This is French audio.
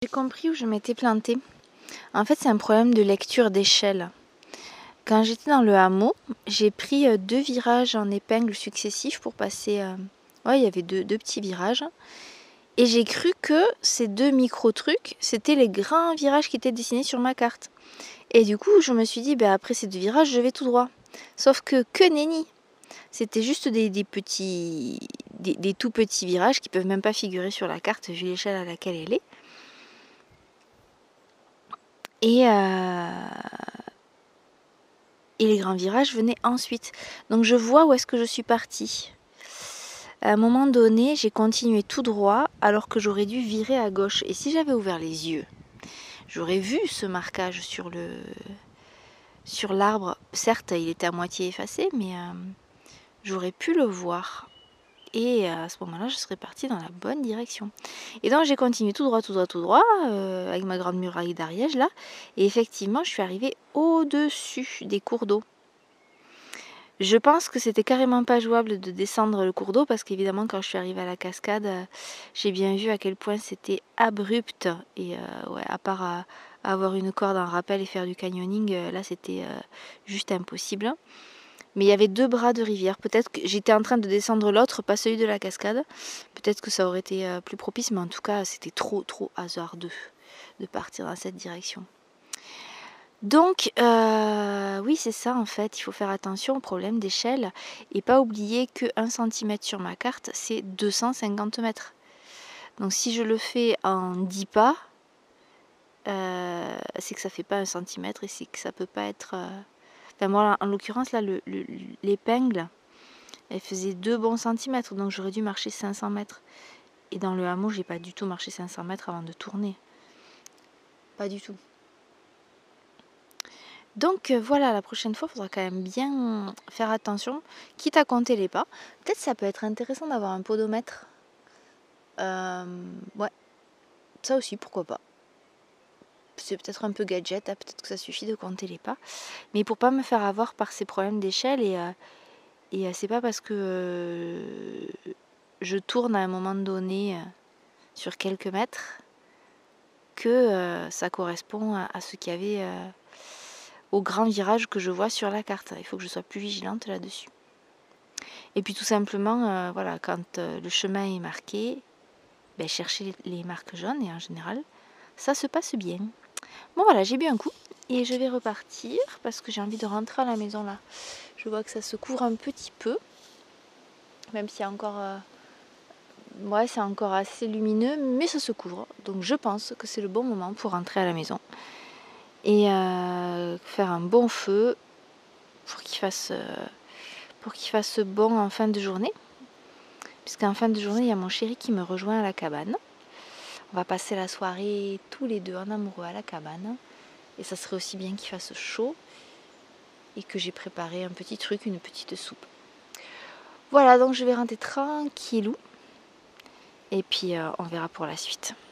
J'ai compris où je m'étais plantée. En fait, c'est un problème de lecture d'échelle. Quand j'étais dans le hameau, j'ai pris 2 virages en épingle successifs pour passer... Ouais, il y avait deux petits virages. Et j'ai cru que ces 2 micro-trucs, c'était les grands virages qui étaient dessinés sur ma carte. Et du coup, je me suis dit, après ces 2 virages, je vais tout droit. Sauf que nenni. C'était juste des tout petits virages qui peuvent même pas figurer sur la carte vu l'échelle à laquelle elle est. Et les grands virages venaient ensuite. Donc je vois où est-ce que je suis partie. À un moment donné, j'ai continué tout droit alors que j'aurais dû virer à gauche. Et si j'avais ouvert les yeux, j'aurais vu ce marquage sur l'arbre. Certes, il était à moitié effacé, mais j'aurais pu le voir. Et à ce moment-là, je serais partie dans la bonne direction. Et donc, j'ai continué tout droit, avec ma grande muraille d'Ariège, là. Et effectivement, je suis arrivée au-dessus des cours d'eau. Je pense que c'était carrément pas jouable de descendre le cours d'eau, parce qu'évidemment, quand je suis arrivée à la cascade, j'ai bien vu à quel point c'était abrupt. Et ouais, à part avoir une corde en rappel et faire du canyoning, là, c'était juste impossible. Mais il y avait 2 bras de rivière. Peut-être que j'étais en train de descendre l'autre, pas celui de la cascade. Peut-être que ça aurait été plus propice, mais en tout cas, c'était trop hasardeux de partir dans cette direction. Donc, oui, c'est ça en fait. Il faut faire attention au problème d'échelle et pas oublier que 1 cm sur ma carte, c'est 250 mètres. Donc, si je le fais en 10 pas, c'est que ça fait pas 1 cm et c'est que ça peut pas être... Enfin, moi, en l'occurrence, là, l'épingle, elle faisait 2 bons centimètres, donc j'aurais dû marcher 500 mètres. Et dans le hameau, j'ai pas du tout marché 500 mètres avant de tourner. Pas du tout. Donc voilà, la prochaine fois, il faudra quand même bien faire attention, quitte à compter les pas. Peut-être ça peut être intéressant d'avoir un podomètre. Ouais, ça aussi, pourquoi pas. C'est peut-être un peu gadget, hein, peut-être que ça suffit de compter les pas. Mais pour pas me faire avoir par ces problèmes d'échelle et c'est pas parce que je tourne à un moment donné sur quelques mètres que ça correspond à ce qu'il y avait au grand virage que je vois sur la carte. Il faut que je sois plus vigilante là-dessus. Et puis tout simplement, voilà, quand le chemin est marqué, chercher les marques jaunes et en général, ça se passe bien. Bon voilà, j'ai bu un coup et je vais repartir parce que j'ai envie de rentrer à la maison là. Je vois que ça se couvre un petit peu, même s'il y a encore... ouais, c'est encore assez lumineux, mais ça se couvre. Donc je pense que c'est le bon moment pour rentrer à la maison. Et faire un bon feu pour qu'il fasse bon en fin de journée. Puisqu'en fin de journée, il y a mon chéri qui me rejoint à la cabane. On va passer la soirée tous les deux en amoureux à la cabane. Et ça serait aussi bien qu'il fasse chaud et que j'ai préparé un petit truc, une petite soupe. Voilà, donc je vais rentrer tranquillou. Et puis on verra pour la suite.